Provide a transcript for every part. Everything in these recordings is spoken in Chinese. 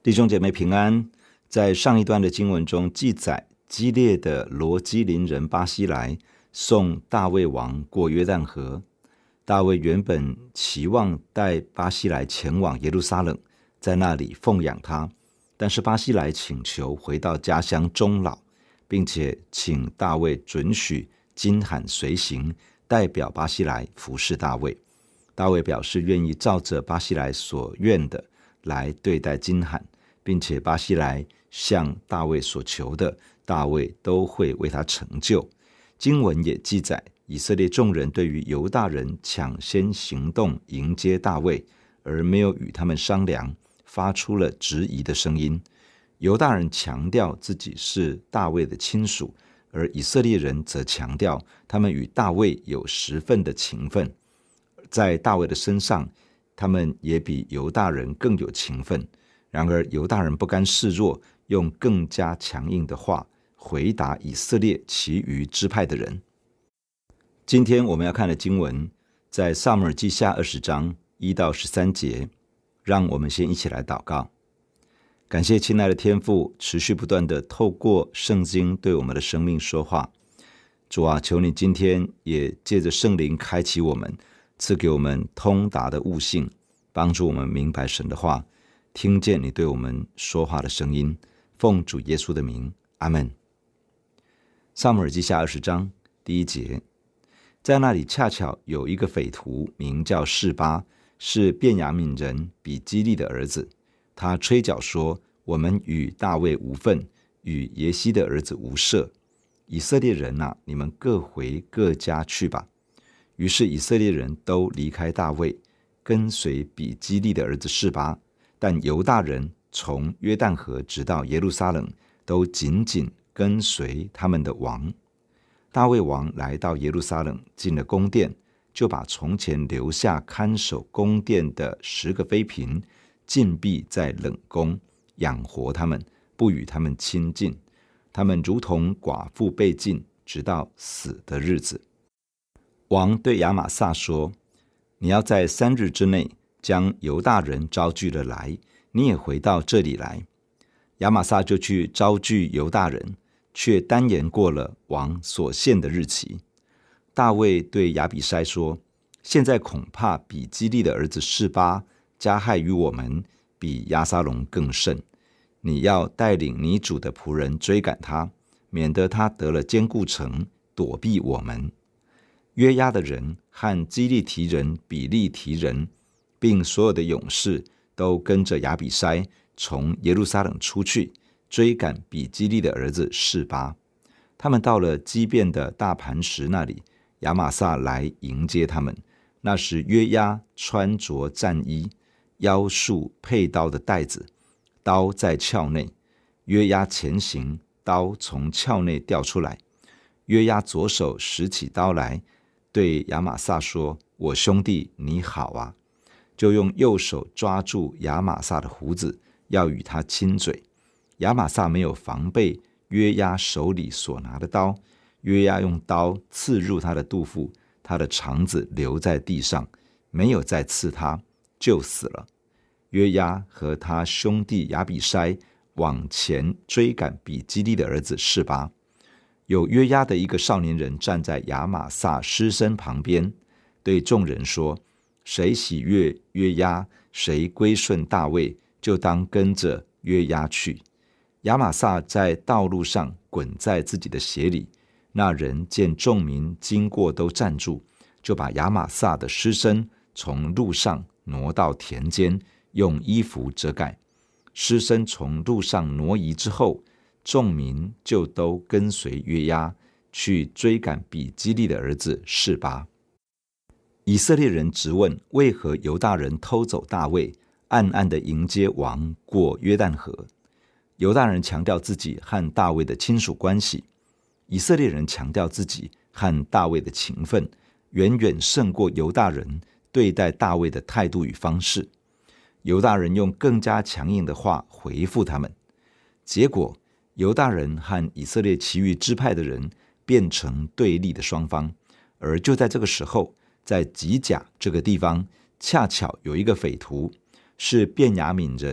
弟兄姐妹平安。在上一段的经文中记载，激烈的罗基林人巴西来送大卫王过约旦河。大卫原本期望带巴西来前往耶路撒冷，在那里奉养他，但是巴西来请求回到家乡终老，并且请大卫准许金罕随行，代表巴西来服侍大卫。大卫表示愿意照着巴西来所愿的来对待金罕，并且巴西来向大卫所求的，大卫都会为他成就。经文也记载，以色列众人对于犹大人抢先行动迎接大卫，而没有与他们商量，发出了质疑的声音。犹大人强调自己是大卫的亲属，而以色列人则强调他们与大卫有十分的情分。在大卫的身上，他们也比犹大人更有情分。然而犹大人不甘示弱，用更加强硬的话回答以色列其余支派的人。今天我们要看的经文在撒母耳记下20章1到13节。让我们先一起来祷告。感谢亲爱的天父，持续不断的透过圣经对我们的生命说话。主啊，求你今天也借着圣灵开启我们，赐给我们通达的悟性，帮助我们明白神的话，听见你对我们说话的声音。奉主耶稣的名，阿们。撒母耳记下20章1节，在那里恰巧有一个匪徒，名叫示巴，是便雅悯人比基利的儿子。他吹角说，我们与大卫无分，与耶西的儿子无涉。以色列人啊，你们各回各家去吧。于是以色列人都离开大卫，跟随比基利的儿子示巴。但犹大人从约旦河直到耶路撒冷，都紧紧跟随他们的王。大卫王来到耶路撒冷，进了宫殿，就把从前留下看守宫殿的10个妃嫔禁闭在冷宫，养活他们，不与他们亲近。他们如同寡妇被禁，直到死的日子。王对亚玛撒说，你要在3日之内将犹大人招聚了来，你也回到这里来。亚玛撒就去招聚犹大人，却单延过了王所限的日期。大卫对亚比筛说，现在恐怕比基利的儿子示巴加害于我们，比押沙龙更甚。你要带领你主的仆人追赶他，免得他得了坚固城，躲避我们。约押的人和基利提人比利提人，并所有的勇士都跟着亚比筛从耶路撒冷出去，追赶比基利的儿子示巴。他们到了基遍的大磐石那里，亚玛撒来迎接他们。那时约押穿着战衣，腰束佩刀的带子，刀在鞘内。约押前行，刀从鞘内掉出来。约押左手拾起刀来，对亚玛撒说，我兄弟你好啊。就用右手抓住亚玛撒的胡子，要与他亲嘴。亚玛撒没有防备约押手里所拿的刀，约押用刀刺入他的肚腹，他的肠子留在地上，没有再刺他，就死了。约押和他兄弟亚比筛往前追赶比基利的儿子示巴。有约押的一个少年人站在亚玛撒尸身旁边，对众人说，谁喜悦约押，谁归顺大卫，就当跟着约押去。亚玛撒在道路上滚在自己的鞋里，那人见众民经过都站住，就把亚玛撒的尸身从路上挪到田间，用衣服遮盖。尸身从路上挪移之后，众民就都跟随约押去追赶比基利的儿子示巴。以色列人质问，为何犹大人偷走大卫，暗暗地迎接王过约旦河？犹大人强调自己和大卫的亲属关系，以色列人强调自己和大卫的情分，远远胜过犹大人对待大卫的态度与方式。犹大人用更加强硬的话回复他们，结果犹大人和以色列其余支派的人变成对立的双方。而就在这个时候，在吉甲这个地方，恰巧有一个匪徒，是便雅悯人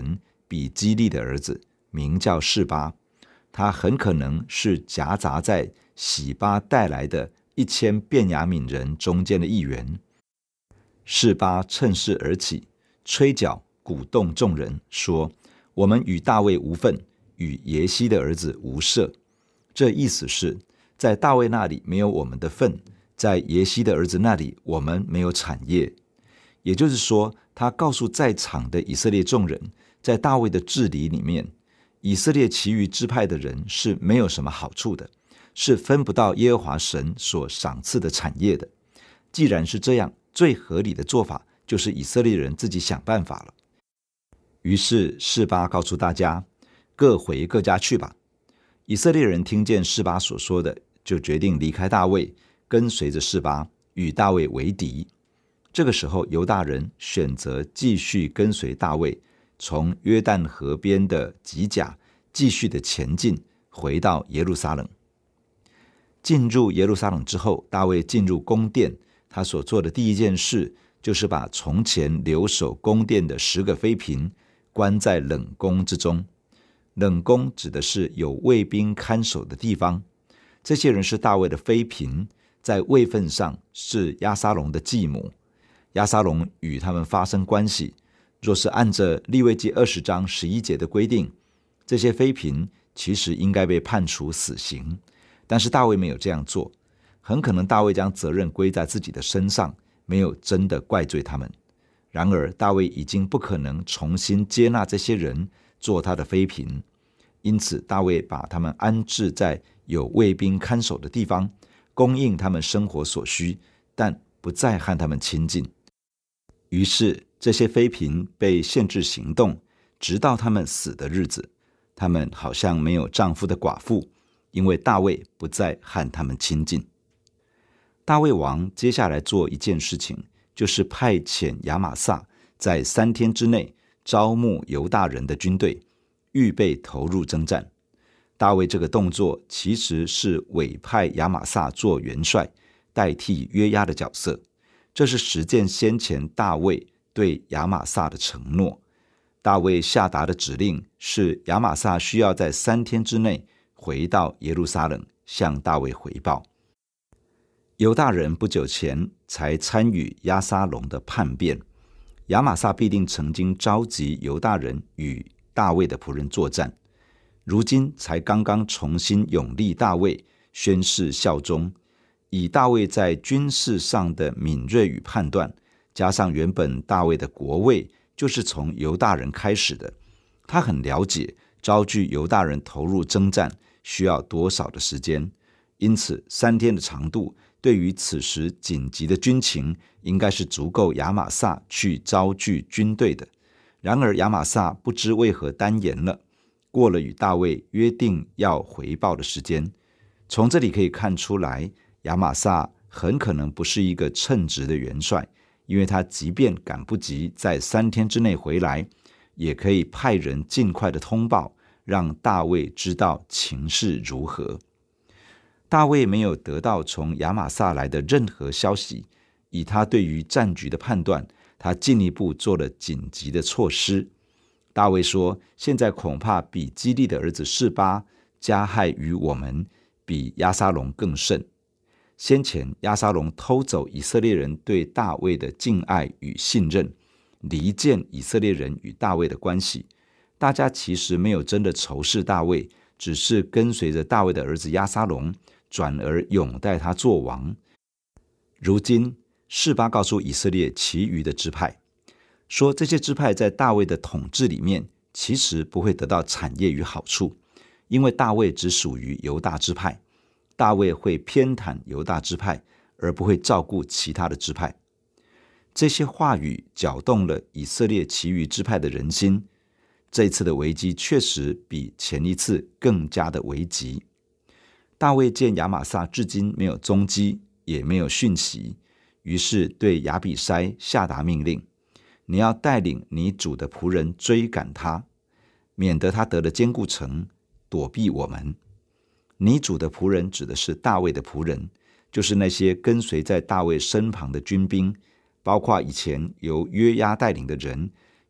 比基利的儿子，名叫示巴，他很可能是夹杂在洗巴带来的1000便雅悯人中间的一员。示巴趁势而起，吹角鼓动众人，说：我们与大卫无份，与耶西的儿子无涉。这意思是，在大卫那里没有我们的份，在耶西的儿子那里我们没有产业。也就是说，他告诉在场的以色列众人，在大卫的治理里面，以色列其余支派的人是没有什么好处的，是分不到耶和华神所赏赐的产业的。既然是这样，最合理的做法就是以色列人自己想办法了。于是示巴告诉大家，各回各家去吧。以色列人听见示巴所说的，就决定离开大卫，跟随着示巴，与大卫为敌。这个时候，犹大人选择继续跟随大卫，从约旦河边的吉甲继续的前进，回到耶路撒冷。进入耶路撒冷之后，大卫进入宫殿，他所做的第一件事就是把从前留守宫殿的10个妃嫔关在冷宫之中。冷宫指的是有卫兵看守的地方，这些人是大卫的妃嫔，在位分上是押沙龙的继母。押沙龙与他们发生关系，若是按着利未记20章11节的规定，这些妃嫔其实应该被判处死刑，但是大卫没有这样做，很可能大卫将责任归在自己的身上，没有真的怪罪他们。然而大卫已经不可能重新接纳这些人做他的妃嫔，因此大卫把他们安置在有卫兵看守的地方，供应他们生活所需，但不再和他们亲近。于是这些妃嫔被限制行动，直到他们死的日子。他们好像没有丈夫的寡妇，因为大卫不再和他们亲近。大卫王接下来做一件事情，就是派遣亚玛撒在3天之内招募犹大人的军队，预备投入征战。大卫这个动作其实是委派亚玛撒做元帅，代替约押的角色，这是实践先前大卫对亚玛撒的承诺。大卫下达的指令是亚玛撒需要在3天之内回到耶路撒冷，向大卫回报。犹大人不久前才参与押沙龙的叛变，亚玛撒必定曾经召集犹大人与大卫的仆人作战，如今才刚刚重新拥立大卫，宣誓效忠。以大卫在军事上的敏锐与判断，加上原本大卫的国位就是从犹大人开始的，他很了解召集犹大人投入征战需要多少的时间，因此3天的长度对于此时紧急的军情应该是足够亚玛撒去招聚军队的。然而亚玛撒不知为何单言了，过了与大卫约定要回报的时间。从这里可以看出来，亚玛撒很可能不是一个称职的元帅，因为他即便赶不及在3天之内回来，也可以派人尽快的通报，让大卫知道情势如何。大卫没有得到从亚玛撒来的任何消息，以他对于战局的判断，他进一步做了紧急的措施。大卫说，现在恐怕比基利的儿子示巴加害于我们，比押沙龙更甚。先前押沙龙偷走以色列人对大卫的敬爱与信任，离间以色列人与大卫的关系。大家其实没有真的仇视大卫，只是跟随着大卫的儿子押沙龙，转而拥戴他做王。如今示巴告诉以色列其余的支派，说这些支派在大卫的统治里面其实不会得到产业与好处，因为大卫只属于犹大支派，大卫会偏袒犹大支派，而不会照顾其他的支派。这些话语搅动了以色列其余支派的人心。这一次的危机确实比前一次更加的危急。大卫见亚玛撒至今没有踪迹，也没有讯息，于是对亚比筛下达命令：你要带领你主的仆人追赶他，免得他得了坚固城，躲避我们。你主的仆人指的是大卫的仆人，就是那些跟随在大卫身旁的军兵，包括以前由约押带领的人，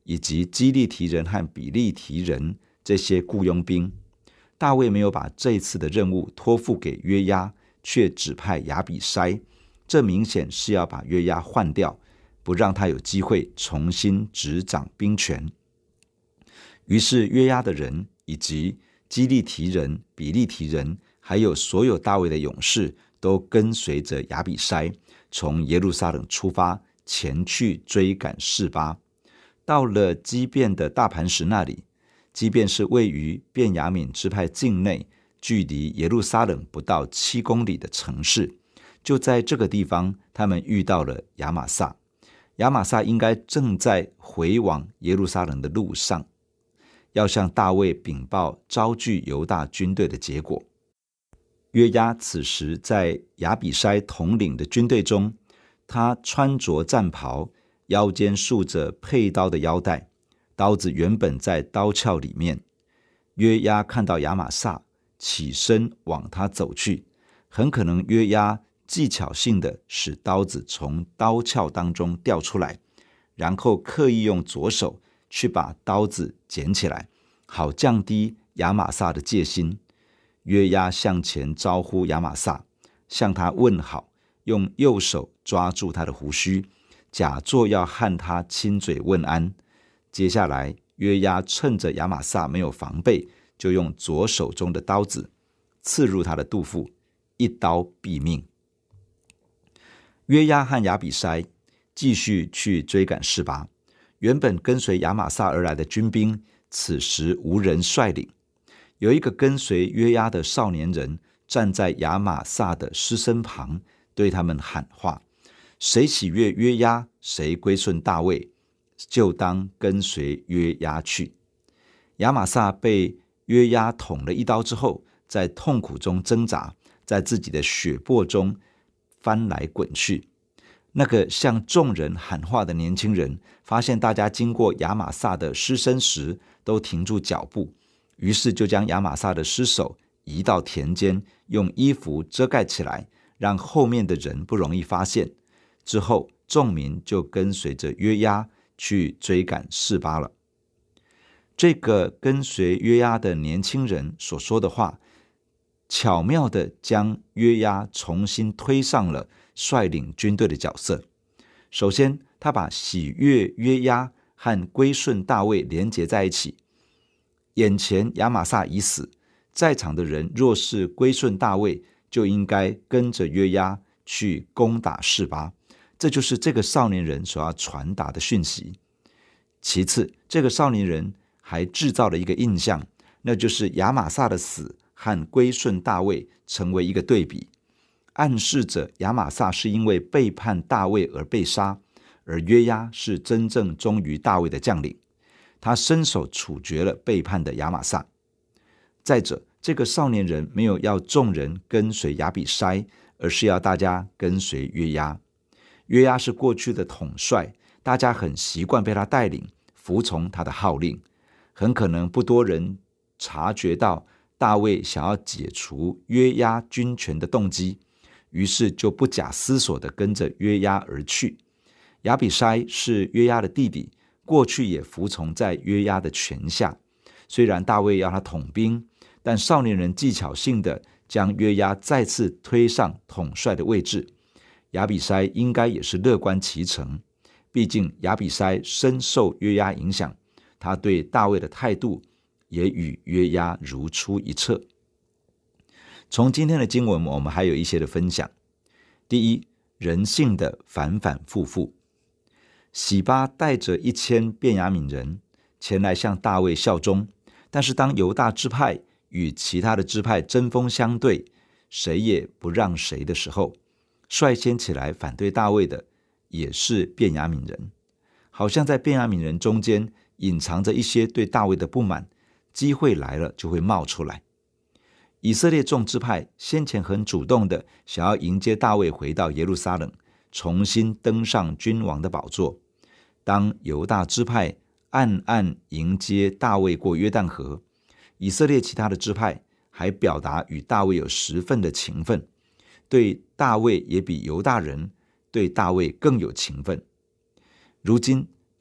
以及基利提人和比利提人这些雇佣兵。大卫没有把这次的任务托付给约押，却指派亚比筛，这明显是要把约押换掉，不让他有机会重新执掌兵权。于是约押的人以及基利提人、比利提人，还有所有大卫的勇士，都跟随着亚比筛从耶路撒冷出发，前去追赶示巴。到了基遍的大磐石那里，即便是位于便雅悯支派境内，距离耶路撒冷不到7公里的城市，就在这个地方，他们遇到了亚玛撒。亚玛撒应该正在回往耶路撒冷的路上，要向大卫禀报招聚犹大军队的结果。约押此时在亚比筛统领的军队中，他穿着战袍，腰间束着佩刀的腰带，刀子原本在刀鞘里面。约押看到亚玛撒，起身往他走去，很可能约押技巧性的使刀子从刀鞘当中掉出来，然后刻意用左手去把刀子捡起来，好降低亚玛撒的戒心。约押向前招呼亚玛撒，向他问好，用右手抓住他的胡须，假作要和他亲嘴问安。接下来约押趁着亚玛撒没有防备，就用左手中的刀子刺入他的肚腹，一刀毙命。约押和亚比筛继续去追赶示巴，原本跟随亚玛撒而来的军兵，此时无人率领。有一个跟随约押的少年人站在亚玛撒的尸身旁，对他们喊话：谁喜悦约押，谁归顺大卫，就当跟随约押去。亚玛撒被约押捅了一刀之后，在痛苦中挣扎，在自己的血泊中翻来滚去。那个向众人喊话的年轻人，发现大家经过亚玛撒的尸身时，都停住脚步，于是就将亚玛撒的尸首移到田间，用衣服遮盖起来，让后面的人不容易发现。之后众民就跟随着约押去追赶示巴了。这个跟随约押的年轻人所说的话，巧妙地将约押重新推上了率领军队的角色。首先，他把喜悦约押和归顺大卫连结在一起。眼前亚玛撒已死，在场的人若是归顺大卫，就应该跟着约押去攻打示巴。这就是这个少年人所要传达的讯息。其次，这个少年人还制造了一个印象，那就是亚玛撒的死和归顺大卫成为一个对比，暗示着亚玛撒是因为背叛大卫而被杀，而约押是真正忠于大卫的将领，他伸手处决了背叛的亚玛撒。再者，这个少年人没有要众人跟随亚比筛，而是要大家跟随约押。约押是过去的统帅，大家很习惯被他带领，服从他的号令。很可能不多人察觉到大卫想要解除约押军权的动机，于是就不假思索地跟着约押而去。亚比筛是约押的弟弟，过去也服从在约押的权下。虽然大卫要他统兵，但少年人技巧性地将约押再次推上统帅的位置。亚比筛应该也是乐观其成，毕竟亚比筛深受约押影响，他对大卫的态度也与约押如出一辙。从今天的经文，我们还有一些的分享。第一，人性的反反复复。洗巴带着1000便雅悯人前来向大卫效忠，但是当犹大支派与其他的支派针锋相对，谁也不让谁的时候，率先起来反对大卫的也是便雅悯人，好像在便雅悯人中间隐藏着一些对大卫的不满，机会来了就会冒出来。以色列众支派先前很主动的想要迎接大卫回到耶路撒冷，重新登上君王的宝座。当犹大支派暗暗迎接大卫过约旦河，以色列其他的支派还表达与大卫有10分的情分，对大卫也比犹大人对大卫更有情分。如今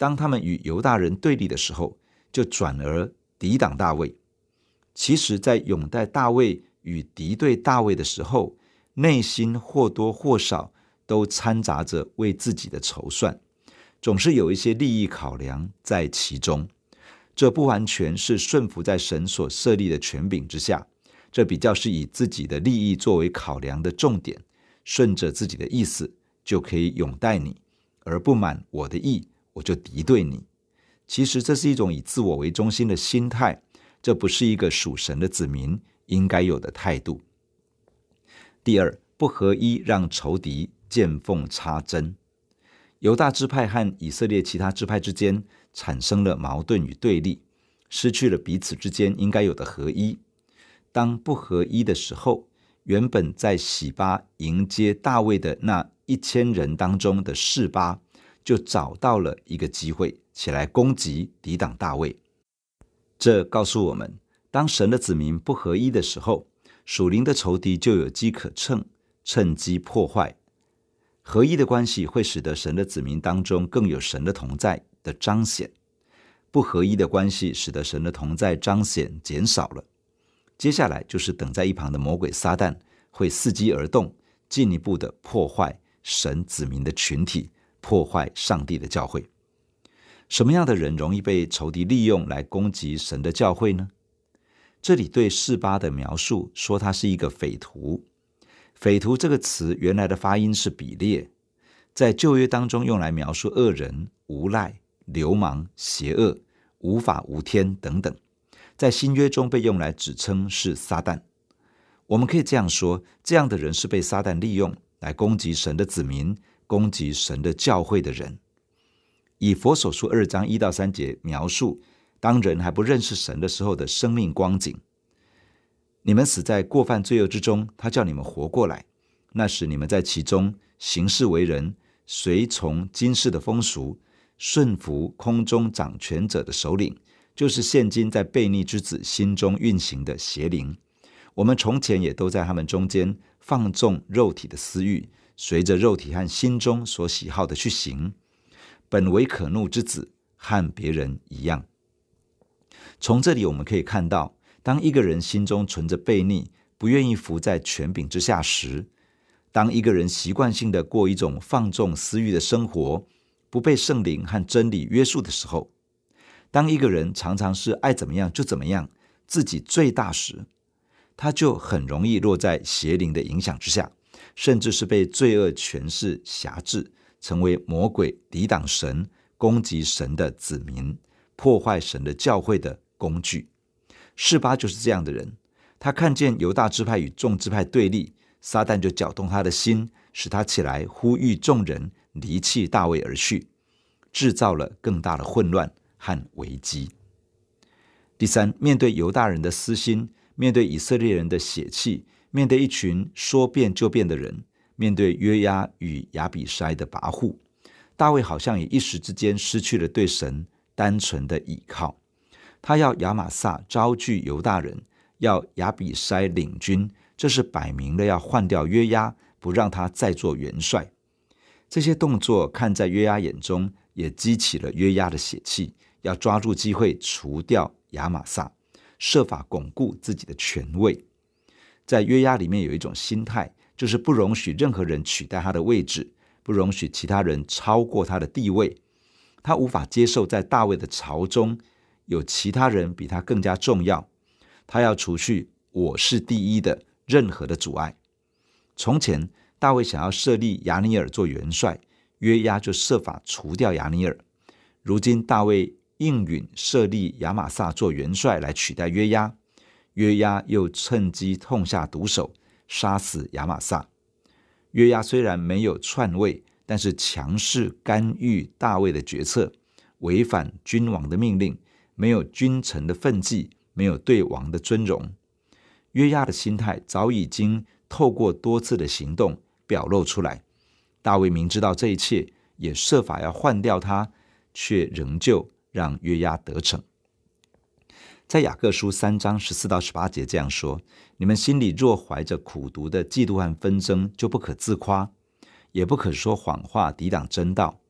当他们与犹大人对立的时候，就转而抵挡大卫。其实在拥戴大卫与敌对大卫的时候，内心或多或少都掺杂着为自己的筹算，总是有一些利益考量在其中。这不完全是顺服在神所设立的权柄之下，这比较是以自己的利益作为考量的重点，顺着自己的意思就可以拥戴你，而不满我的意，我就敌对你。其实这是一种以自我为中心的心态，这不是一个属神的子民应该有的态度。第二，不合一让仇敌见缝插针。犹大支派和以色列其他支派之间产生了矛盾与对立，失去了彼此之间应该有的合一。当不合一的时候，原本在洗巴迎接大卫的那1000人当中的示巴，就找到了一个机会起来攻击抵挡大卫。这告诉我们，当神的子民不合一的时候，属灵的仇敌就有机可乘，趁机破坏。合一的关系会使得神的子民当中更有神的同在的彰显，不合一的关系使得神的同在彰显减少了。接下来就是等在一旁的魔鬼撒旦会伺机而动，进一步的破坏神子民的群体，破坏上帝的教会。什么样的人容易被仇敌利用来攻击神的教会呢？这里对示巴的描述说他是一个匪徒。匪徒这个词原来的发音是比列，在旧约当中用来描述恶人、无赖、流氓、邪恶、无法无天等等，在新约中被用来指称是撒旦。我们可以这样说，这样的人是被撒旦利用来攻击神的子民，攻击神的教会的人。以弗所书2章1到3节描述当人还不认识神的时候的生命光景。你们死在过犯罪恶之中，他叫你们活过来。那时你们在其中行事为人，随从今世的风俗，顺服空中掌权者的首领，就是现今在悖逆之子心中运行的邪灵。我们从前也都在他们中间放纵肉体的私欲，随着肉体和心中所喜好的去行，本为可怒之子，和别人一样。从这里我们可以看到，当一个人心中存着悖逆，不愿意服在权柄之下时，当一个人习惯性的过一种放纵私欲的生活，不被圣灵和真理约束的时候，当一个人常常是爱怎么样就怎么样，自己最大时，他就很容易落在邪灵的影响之下，甚至是被罪恶权势辖制，成为魔鬼抵挡神、攻击神的子民、破坏神的教会的工具。示巴就是这样的人，他看见犹大支派与众支派对立，撒旦就搅动他的心，使他起来呼吁众人离弃大卫而去，制造了更大的混乱和危机。第三，面对犹大人的私心，面对以色列人的血气，面对一群说变就变的人，面对约押与亚比筛的跋扈，大卫好像也一时之间失去了对神单纯的倚靠。他要亚玛撒招聚犹大人，要亚比筛领军，这是摆明了要换掉约押，不让他再做元帅。这些动作看在约押眼中，也激起了约押的血气，要抓住机会除掉亚玛撒，设法巩固自己的权位。在约押里面有一种心态，就是不容许任何人取代他的位置，不容许其他人超过他的地位。他无法接受在大卫的朝中有其他人比他更加重要，他要除去我是第一的任何的阻碍。从前大卫想要设立亚尼尔做元帅，约押就设法除掉亚尼尔。如今大卫应允设立亚玛撒做元帅来取代约押，约押又趁机痛下毒手，杀死亚玛撒。约押虽然没有篡位，但是强势干预大卫的决策，违反君王的命令，没有君臣的分际，没有对王的尊荣。约押的心态早已经透过多次的行动表露出来。大卫明知道这一切，也设法要换掉他，却仍旧让约押得逞。在雅各书3章14到18节这样说：你们心里若怀着苦毒的嫉妒和纷争，就不可自夸，也不可说谎话抵挡真道。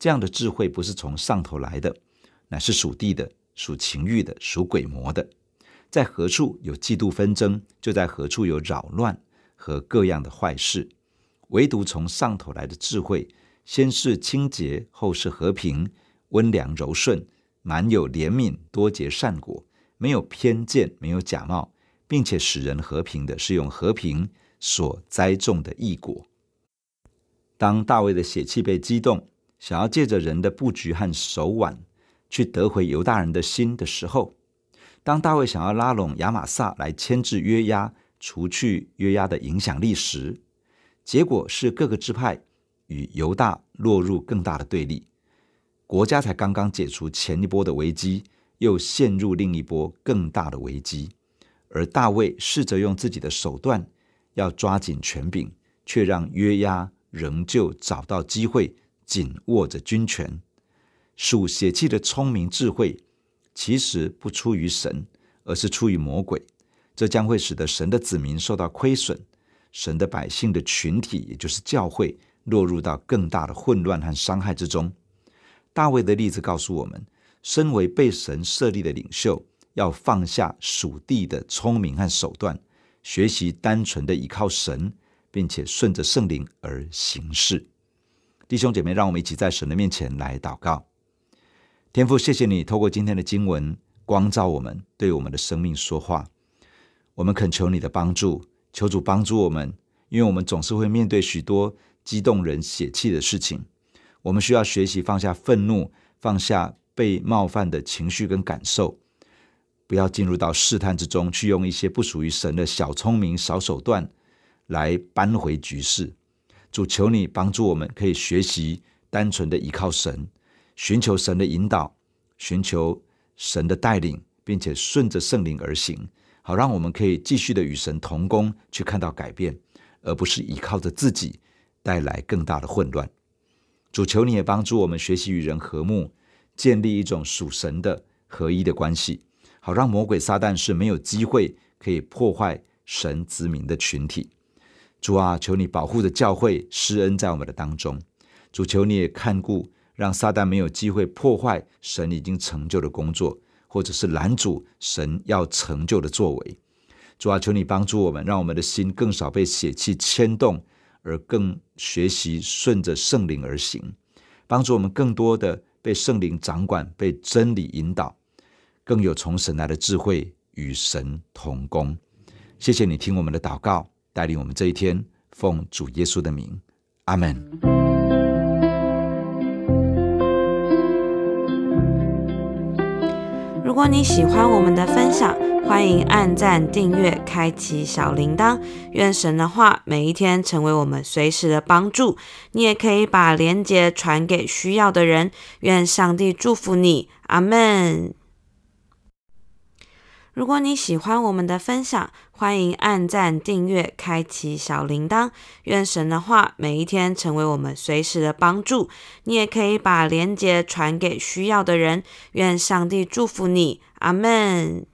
这样的智慧不是从上头来的，乃是属地的，属情欲的，属鬼魔的。在何处有嫉妒纷争，就在何处有扰乱和各样的坏事。唯独从上头来的智慧，先是清洁，后是和平，温良柔顺，满有怜悯，多结善果，没有偏见，没有假冒，并且使人和平的，是用和平所栽种的义果。当大卫的血气被激动，想要借着人的布局和手腕去得回犹大人的心的时候，当大卫想要拉拢亚玛撒来牵制约押，除去约押的影响力时，结果是各个支派与犹大落入更大的对立。国家才刚刚解除前一波的危机，又陷入另一波更大的危机。而大卫试着用自己的手段要抓紧权柄，却让约押仍旧找到机会紧握着军权。属血气的聪明智慧其实不出于神，而是出于魔鬼，这将会使得神的子民受到亏损，神的百姓的群体，也就是教会，落入到更大的混乱和伤害之中。大卫的例子告诉我们，身为被神设立的领袖，要放下属地的聪明和手段，学习单纯的依靠神，并且顺着圣灵而行事。弟兄姐妹，让我们一起在神的面前来祷告。天父，谢谢你透过今天的经文光照我们，对我们的生命说话。我们恳求你的帮助，求主帮助我们，因为我们总是会面对许多激动人血气的事情。我们需要学习放下愤怒，放下被冒犯的情绪跟感受，不要进入到试探之中，去用一些不属于神的小聪明、小手段来扳回局势。主，求你帮助我们可以学习单纯的依靠神，寻求神的引导，寻求神的带领，并且顺着圣灵而行，好让我们可以继续的与神同工，去看到改变，而不是依靠着自己带来更大的混乱。主，求你也帮助我们学习与人和睦，建立一种属神的合一的关系，好让魔鬼撒旦是没有机会可以破坏神子民的群体。主啊，求你保护着教会，施恩在我们的当中。主，求你也看顾，让撒旦没有机会破坏神已经成就的工作，或者是拦阻神要成就的作为。主啊，求你帮助我们，让我们的心更少被血气牵动，而更学习顺着圣灵而行，帮助我们更多的被圣灵掌管，被真理引导，更有从神来的智慧，与神同工。谢谢你听我们的祷告，带领我们这一天，奉主耶稣的名，阿们。 如果你喜欢我们的分享，欢迎按赞、订阅、开启小铃铛。愿神的话每一天成为我们随时的帮助。你也可以把连结传给需要的人。愿上帝祝福你，阿们。如果你喜欢我们的分享，欢迎按赞、订阅、开启小铃铛。愿神的话每一天成为我们随时的帮助。你也可以把连结传给需要的人。愿上帝祝福你，阿们。